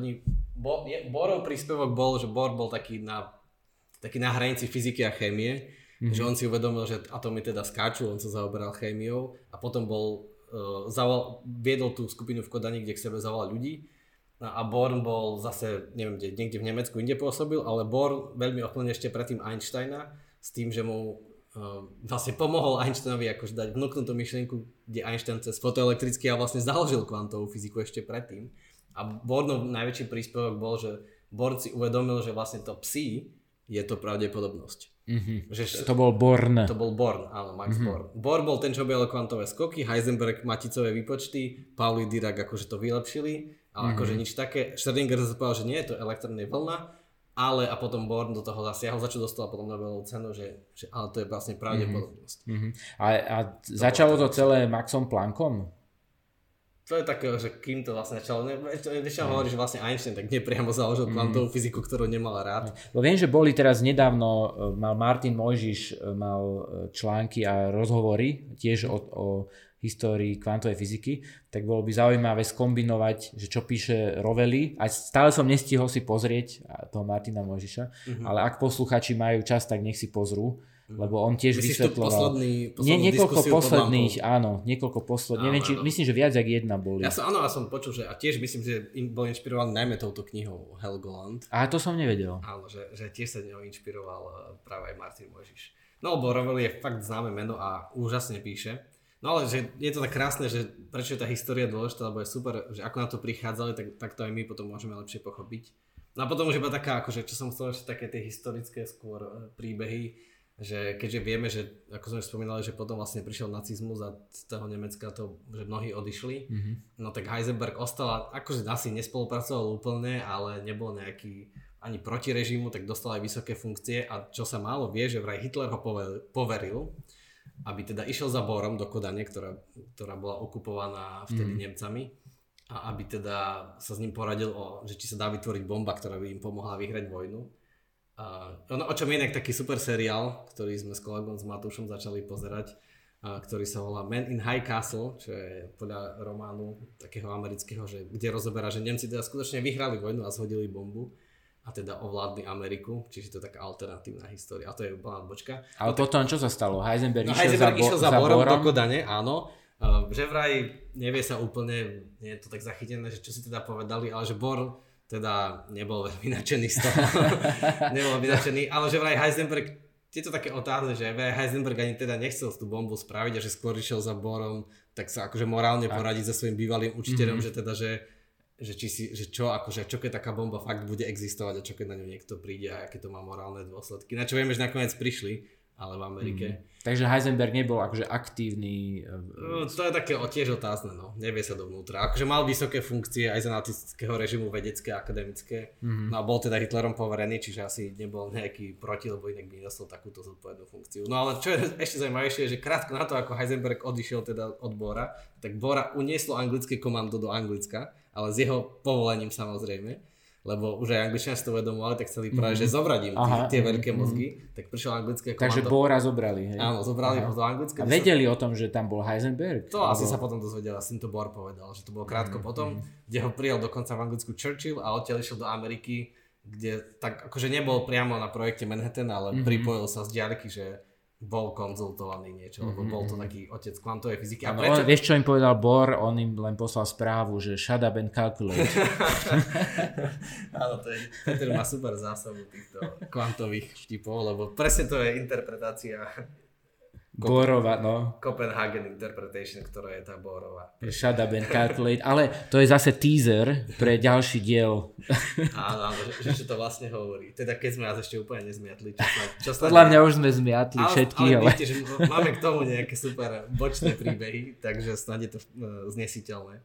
Bohrov príspevok bol, že Bohr bol taký na hranici fyziky a chémie, že on si uvedomil, že atómy teda skáču, on sa zaoberal chémiou a potom viedol tú skupinu v Kodani, kde k sebe zavolal ľudí a Born bol zase, neviem, niekde v Nemecku inde pôsobil, ale Born veľmi ovplyvnil ešte predtým Einsteina s tým, že mu vlastne pomohol Einsteinovi akože dať vnúknutú myšlienku, kde Einstein cez fotoelektrický a vlastne založil kvantovú fyziku ešte predtým. A Bornov najväčší príspevok bol, že Born si uvedomil, že vlastne to psi je to pravdepodobnosť. Že, to bol Born. To bol Born, áno, Max Born. Born bol ten, čo objavil kvantové skoky, Heisenberg maticové výpočty, Pauli Dirac akože to vylepšili, ale akože nič také. Schrödinger zase povedal, že nie je to elektrárna vlna, ale a potom Born do toho zasiahol, za čo dostal potom Nobelovú cenu, že ale to je vlastne pravdepodobnosť. A začalo to celé Maxom Planckom? To je také, že kým to vlastne začalo, ešte hovorí, že vlastne Einstein tak nepriamo založil kvantovú fyziku, ktorú nemal rád. Viem, že boli teraz nedávno, mal Martin Mojžiš mal články a rozhovory tiež o histórii kvantovej fyziky, tak bolo by zaujímavé skombinovať, že čo píše Rovelli, a stále som nestihol si pozrieť toho Martina Mojžiša, ale ak posluchači majú čas, tak nech si pozrú. lebo on tiež myslíš vysvetľoval. Niekoľko posledných, áno, neviem, či, myslím, že viac jak jedna boli. Ja som počul, že a tiež myslím, že bol inšpirovaný najmä touto knihou Helgoland. A to som nevedel. Áno, že tiež sa ňou inšpiroval práve aj Martin Mojžiš. No lebo Rowell je fakt známe meno a úžasne píše. No ale že je to tak krásne, že prečo je tá história dôležitá, lebo je super, že ako na to prichádzali, tak to aj my potom môžeme lepšie pochopiť. No a potom už iba taká, akože čo som chcel ešte také tie historické skôr príbehy, že keďže vieme, že ako sme spomínali, že potom vlastne prišiel nacizmus a z toho Nemecka to, že mnohí odišli, no tak Heisenberg ostal, akože asi nespolupracoval úplne, ale nebol nejaký ani proti režimu, tak dostal aj vysoké funkcie a čo sa málo vie, že vraj Hitler ho poveril, aby teda išiel za Borom do Kodane, ktorá bola okupovaná vtedy Nemcami a aby teda sa s ním poradil, že či sa dá vytvoriť bomba, ktorá by im pomohla vyhrať vojnu. O čom je inak taký super seriál, ktorý sme s kolegom s Matúšom začali pozerať, ktorý sa volá Man in High Castle, čo je podľa románu takého amerického, kde rozoberá, že Nemci teda skutočne vyhrali vojnu a zhodili bombu a teda ovládli Ameriku, čiže to je taká alternatívna história. A to je úplná odbočka. Ale potom čo sa stalo? Heisenberg išiel za Borom do Kodane, áno. Že vraj nevie sa úplne, nie je to tak zachytené, že čo si teda povedali, ale že Bor teda nebol veľmi nadšený z toho. Nebol nadšený, ale že vraj Heisenberg, je to také otázne, že vraj Heisenberg ani teda nechcel tú bombu spraviť a že skôr išiel za Borom, tak sa akože morálne poradiť so svojím bývalým učiteľom, že teda, čo keď taká bomba fakt bude existovať a čo keď na ňu niekto príde a aké to má morálne dôsledky. Na čo vieme, že nakoniec prišli, ale v Amerike. Takže Heisenberg nebol akože aktívny. To je také tiež otázne, no. Nevie sa dovnútra. Akože mal vysoké funkcie aj za nacistického režimu, vedecké a akademické. No a bol teda Hitlerom poverený, čiže asi nebol nejaký proti, lebo inak by nedostal takúto zodpovednú funkciu. No ale čo je ešte zaujímavejšie, je, že krátko na to, ako Heisenberg odišiel teda od Bohra, tak Bohra unieslo anglické komando do Anglicka, ale s jeho povolením samozrejme. Lebo už aj Angličania si to uvedomovali, tak chceli práve, že zobrať im tie veľké mozgy, tak prišlo anglické komando. Takže Bohra zobrali, hej? Áno, zobrali ho do Anglicka. A vedeli o tom, že tam bol Heisenberg? To asi sa potom dozvedel, asi to Bohr povedal, že to bolo krátko potom, kde ho prijal dokonca v Anglicku Churchill a odtiaľ išiel do Ameriky, kde tak akože nebol priamo na projekte Manhattan, ale pripojil sa z diaľky, že bol konzultovaný niečo, lebo bol to taký otec kvantovej fyziky. A prečo? Vieš, čo im povedal Bohr? On im len poslal správu, že shut up and calculate. Áno, Peter má super zásobu týchto kvantových štipov, lebo presne to je interpretácia Bohrova, no. Copenhagen Interpretation, ktorá je tá Bohrova. Shut up and calculate, ale to je zase teaser pre ďalší diel. Áno, že to vlastne hovorí. Teda keď sme nás ešte úplne nezmiatli. Podľa mňa už sme zmiatli všetky. Ale viete, že máme k tomu nejaké super bočné príbehy, takže snad je to znesiteľné.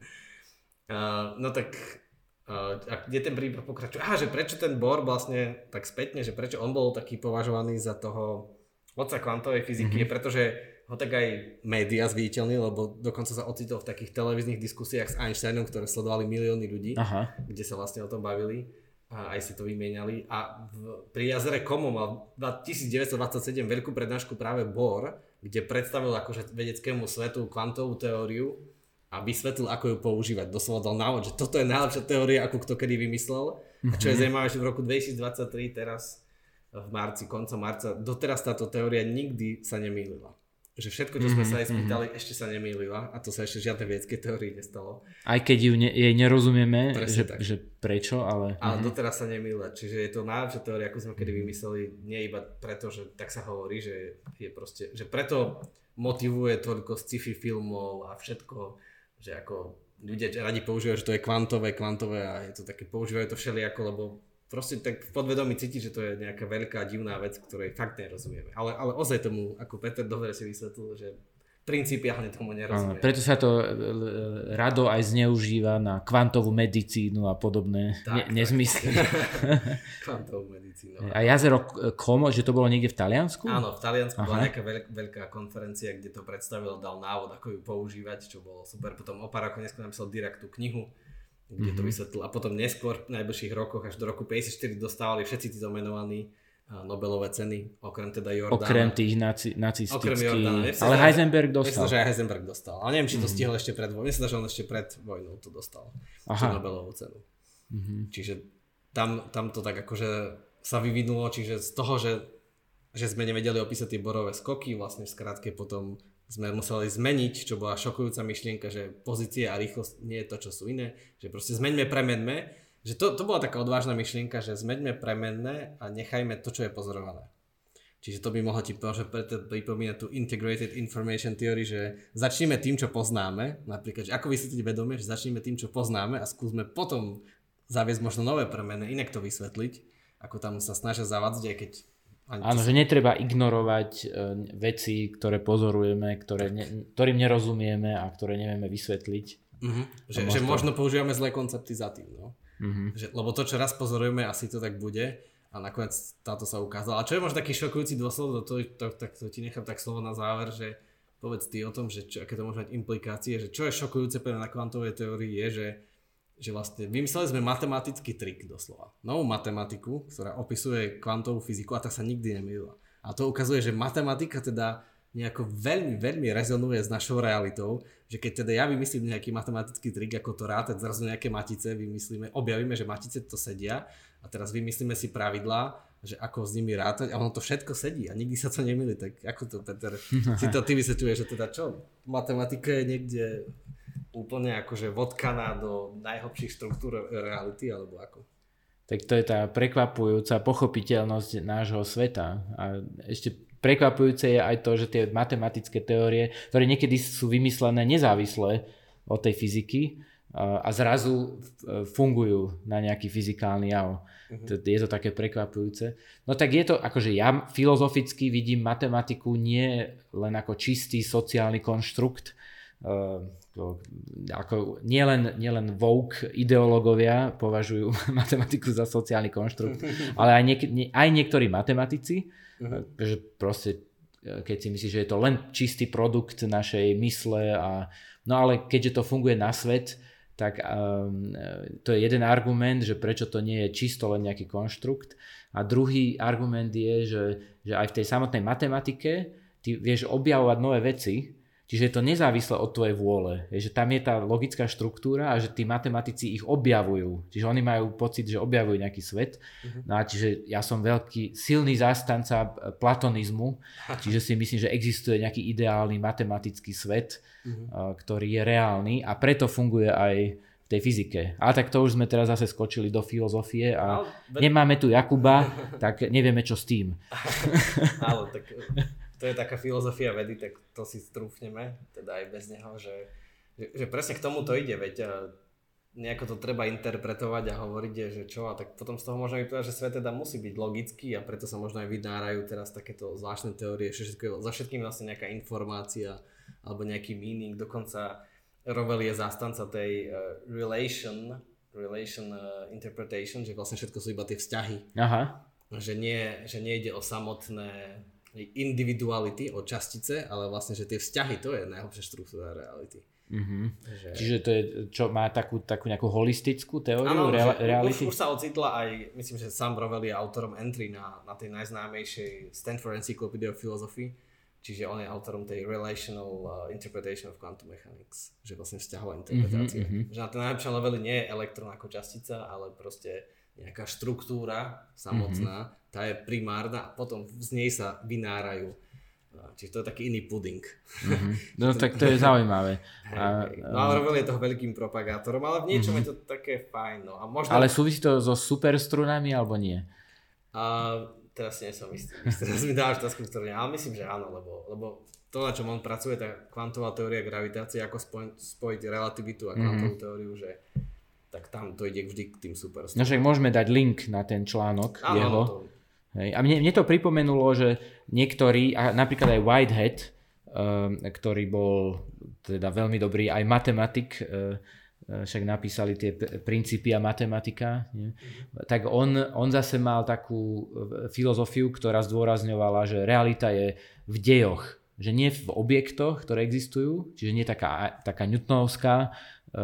No tak, kde ten príbeh pokračuje? Že prečo ten Bohr vlastne tak spätne, že prečo on bol taký považovaný za toho otca kvantovej fyziky, pretože ho tak aj médiá zviditeľnili, lebo dokonca sa ocitol v takých televíznych diskusiách s Einsteinom, ktoré sledovali milióny ľudí, kde sa vlastne o tom bavili a aj si to vymieniali. A pri jazere Como mal 1927 veľkú prednášku práve Bohr, kde predstavil akože vedeckému svetu kvantovú teóriu a vysvetlil, ako ju používať. Doslova dal návod, že toto je najlepšia teória, akú kto kedy vymyslel. A čo je zaujímavé, že v roku 2023 teraz v marci, koncom marca, doteraz táto teória nikdy sa nemýlila. Že všetko, čo sme sa aj spýtali, ešte sa nemýlila a to sa ešte žiadne vedecké teórii nestalo. Aj keď jej nerozumieme, že prečo, ale... Ale doteraz sa nemýlila, čiže je to najlepšia teória, ako sme kedy vymysleli, nie iba preto, že tak sa hovorí, že je proste, že preto motivuje toľko sci-fi filmov a všetko, že ako ľudia radi používajú, že to je kvantové a je to také, používajú to všelijako, lebo proste tak v podvedomí cíti, že to je nejaká veľká divná vec, ktorej fakt nerozumieme. Ale ozaj tomu, ako Peter dobre si vysvetlil, že principiálne tomu nerozumieme. Preto sa to rado aj zneužíva na kvantovú medicínu a podobné nezmysly. Kvantovú medicínu. A jazero Como, že to bolo niekde v Taliansku? Áno, v Taliansku bola nejaká veľká konferencia, kde to predstavil, dal návod, ako ju používať, čo bolo super. Potom o pár rokov neskôr napísal direkt tú knihu, kde to vysvetlil. A potom neskôr v najbližších rokoch, až do roku 54 dostávali všetci títo menovaní Nobelové ceny, okrem teda Jordána. Okrem tých nacistických. Ale Heisenberg dostal. Myslím, že aj Heisenberg dostal. Ale neviem, či to stihol ešte pred vojnou. Myslím, že on ešte pred vojnou to dostal. Tú Nobelovú cenu. Čiže tam to tak akože sa vyvinulo, čiže z toho, že že sme nevedeli opísať tie borové skoky, vlastne v skratke potom sme museli zmeniť, čo bola šokujúca myšlienka, že pozície a rýchlosť nie je to, čo sú iné, že proste zmeňme, premenme, že to bola taká odvážna myšlienka, že zmeňme, premenme a nechajme to, čo je pozorované. Čiže to by mohlo ti pripomínať tú Integrated Information Theory, že začneme tým, čo poznáme, napríklad, že ako vysvetliť vedomie, že začneme tým, čo poznáme a skúsme potom zaviesť možno nové premeny, inak to vysvetliť, ako tam sa snažia zavádzať, aj keď... Áno, že netreba ignorovať veci, ktoré pozorujeme, ktorým nerozumieme a ktoré nevieme vysvetliť. Že možno používame zlé koncepty za tým, no. Lebo to, čo raz pozorujeme, asi to tak bude. A nakoniec táto sa ukázala. A čo je možno taký šokujúci dôsledok, to ti nechám tak slovo na záver, že povedz ty o tom, že aké to môže mať implikácie, že čo je šokujúce na kvantovej teórii je, že vlastne vymysleli sme matematický trik doslova. Novú matematiku, ktorá opisuje kvantovú fyziku a tak sa nikdy nemýlila. A to ukazuje, že matematika teda nejako veľmi, veľmi rezonuje s našou realitou, že keď teda ja vymyslím nejaký matematický trik, ako to rátať zrazu nejaké matice, objavíme, že matice to sedia a teraz vymyslíme si pravidlá, že ako s nimi rátať a ono to všetko sedí a nikdy sa to nemýli. Tak ako to, Peter, si to ty vysvetľuješ, že teda čo? Matematika je niekde úplne akože vodkaná do najhlbších štruktúr reality, alebo ako? Tak to je tá prekvapujúca pochopiteľnosť nášho sveta. A ešte prekvapujúce je aj to, že tie matematické teórie, ktoré niekedy sú vymyslené nezávisle od tej fyziky a zrazu fungujú na nejaký fyzikálny jav. Je to také prekvapujúce. No tak je to, akože ja filozoficky vidím matematiku nie len ako čistý sociálny konštrukt, ako nielen woke ideológovia považujú matematiku za sociálny konštrukt, ale aj niektorí matematici, že proste keď si myslíš, že je to len čistý produkt našej mysle no ale keďže to funguje na svet, tak to je jeden argument, že prečo to nie je čisto len nejaký konštrukt. A druhý argument je, že aj v tej samotnej matematike ty vieš objavovať nové veci, čiže je to nezávisle od tvojej vôle. Že tam je tá logická štruktúra a že tí matematici ich objavujú. Čiže oni majú pocit, že objavujú nejaký svet. No a čiže ja som veľký, silný zástanca platonizmu, čiže si myslím, že existuje nejaký ideálny matematický svet, ktorý je reálny a preto funguje aj v tej fyzike. Ale tak to už sme teraz zase skočili do filozofie a nemáme tu Jakuba, tak nevieme čo s tým. Áno, tak... To je taká filozofia vedy, tak to si strúfneme, teda aj bez neho, že presne k tomu to ide, veď nejako to treba interpretovať a hovoriť, že čo, a tak potom z toho možno vyplýva, že svet teda musí byť logický a preto sa možno aj vynárajú teraz takéto zvláštne teórie, že za všetkým vlastne nejaká informácia alebo nejaký meaning, dokonca Rovel je zástanca tej relation interpretation, že vlastne všetko sú iba tie vzťahy. Aha. Že nie ide o samotné individuality, od častice, ale vlastne, že tie vzťahy, to je najhlbšia štruktúra reality. Čiže to je, čo má takú nejakú holistickú teóriu reality? Už sa ocitla aj, myslím, že Sam Rovel je autorom entry na tej najznámejšej Stanford Encyclopedia of Philosophy, čiže on je autorom tej Relational Interpretation of Quantum Mechanics, že vlastne vzťahová interpretácia. Že na tej najlepšom leveli nie je elektrón ako častica, ale proste nejaká štruktúra samotná, tá je primárna a potom z nej sa vynárajú. Čiže to je taký iný puding. No tak to je zaujímavé. No ale Rovel je toho veľkým propagátorom, ale v niečom je to také fajn. No. A možno... Ale súvisí to so superstrunami alebo nie? Teraz nie som istý. Teraz mi dáš otázku, ktorú nie. Ale myslím, že áno, lebo to, na čom on pracuje, tá kvantová teória gravitácie, ako spojiť relativitu a kvantovú teóriu, že tak tam to ide vždy k tým superstrunom. No však môžeme dať link na ten článok jeho. Hej. A mne to pripomenulo, že niektorí, a napríklad aj Whitehead, ktorý bol teda veľmi dobrý aj matematik, však napísali tie princípy a matematika, nie? Tak on zase mal takú filozofiu, ktorá zdôrazňovala, že realita je v dejoch, že nie v objektoch, ktoré existujú, čiže nie taká newtonovská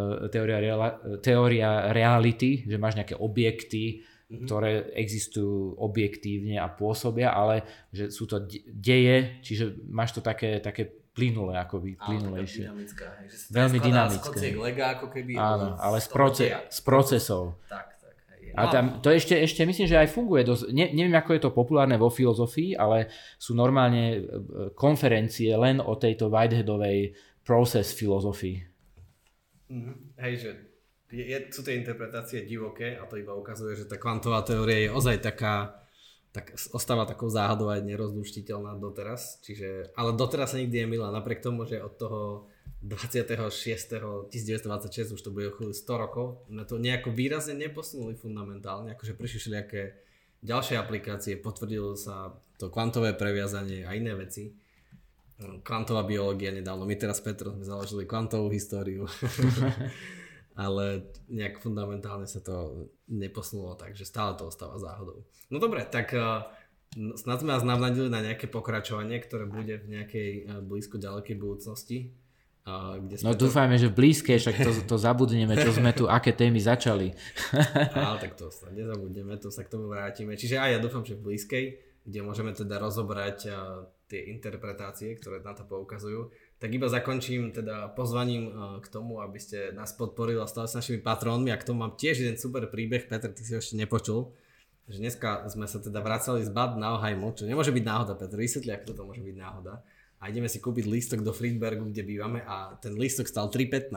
teória reality, že máš nejaké objekty, ktoré existujú objektívne a pôsobia, ale že sú to deje, čiže máš to také plynulé, akoby plynulejšie. Veľmi dynamické. Lega, ako keby, áno, ale z procesov. Tak. A tam to ešte myslím, že aj funguje dosť. Neviem, ako je to populárne vo filozofii, ale sú normálne konferencie len o tejto Whiteheadovej process filozofii. Hej, že sú tie interpretácie divoké a to iba ukazuje, že tá kvantová teória je ozaj taká, tak ostáva takou záhadou aj nerozluštiteľná doteraz. Ale doteraz sa nikdy nemýla, napriek tomu, že od toho 26.1926 už to bude chvíľu 100 rokov, na to nejako výrazne neposunuli fundamentálne, akože prišli všelijaké ďalšie aplikácie, potvrdilo sa to kvantové previazanie a iné veci. Kvantová biológia nedávno, my teraz s Petrom sme založili kvantovú históriu, ale nejak fundamentálne sa to neposunulo, takže stále to ostáva záhodou. No dobre, tak snad sme vás navnadili na nejaké pokračovanie, ktoré bude v nejakej blízko ďalekej budúcnosti. No dúfajme, že v blízkej, však to zabudneme, čo sme tu, aké témy začali. Ale tak to sa nezabudneme, to sa k tomu vrátime. Čiže aj ja dúfam, že v blízkej, kde môžeme teda rozobrať tie interpretácie, ktoré na to poukazujú, tak iba zakončím teda pozvaním k tomu, aby ste nás podporili a stali s našimi patrónmi, a k tomu mám tiež jeden super príbeh, Peter, ty si ho ešte nepočul, že dneska sme sa teda vracali z Bad Nauheimu, čo nemôže byť náhoda, Peter, vysvetli, ako to môže byť náhoda. A ideme si kúpiť lístok do Friedbergu, kde bývame, a ten lístok stal 3,15.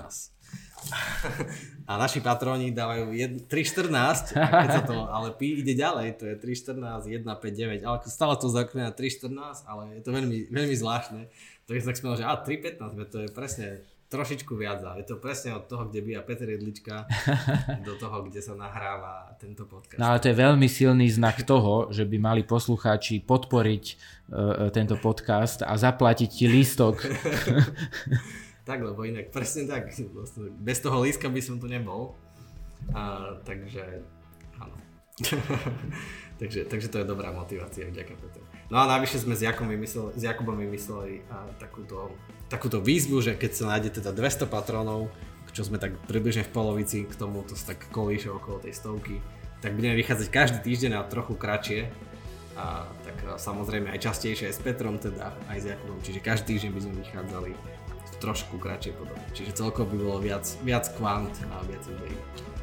A naši patróni dávajú 3,14, ale ide ďalej, to je 3,14, 1,59, ale stále to zakúpia na 3,14, ale je to veľmi, veľmi zvláštne. Takže tak sme že 3,15, to je presne trošičku viac, je to presne od toho, kde býva Peter Jedlička, do toho, kde sa nahráva tento podcast. No ale to je veľmi silný znak toho, že by mali poslucháči podporiť tento podcast a zaplatiť ti lístok. Tak, lebo inak presne tak, bez toho lístka by som tu nebol, takže áno. takže to je dobrá motivácia, vďaka Petr. No a navyše sme s Jakubom vymysleli takúto výzvu, že keď sa nájde teda 200 patronov, čo sme tak približne v polovici, k tomu to sa tak kolíše okolo tej 100, tak budeme vychádzať každý týždeň a trochu kratšie. A tak samozrejme aj častejšie aj s Petrom, teda aj s Jakubom, čiže každý týždeň by sme vychádzali v trošku kratšej podobe. Čiže celkovo by bolo viac kvant a viac ideí.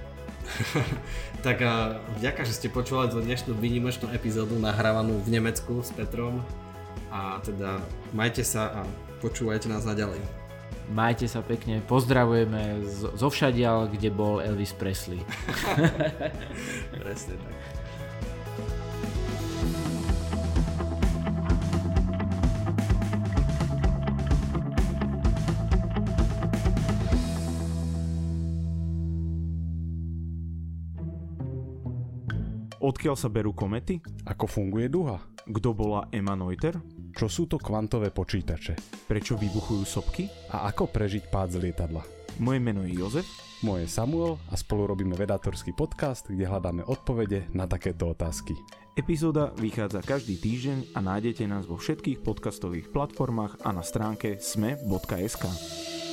Tak vďaka, že ste počúvali tú dnešnú výnimočnú epizódu nahrávanú v Nemecku s Petrom, a teda majte sa a počúvajte nás naďalej. Majte sa pekne, pozdravujeme zo všadiaľ, kde bol Elvis Presley. Presne tak. Odkiaľ sa berú komety? Ako funguje duha? Kto bola Emma Noether? Čo sú to kvantové počítače? Prečo vybuchujú sopky? A ako prežiť pád z lietadla? Moje meno je Jozef. Moje je Samuel a spolu robíme vedátorský podcast, kde hľadáme odpovede na takéto otázky. Epizóda vychádza každý týždeň a nájdete nás vo všetkých podcastových platformách a na stránke sme.sk.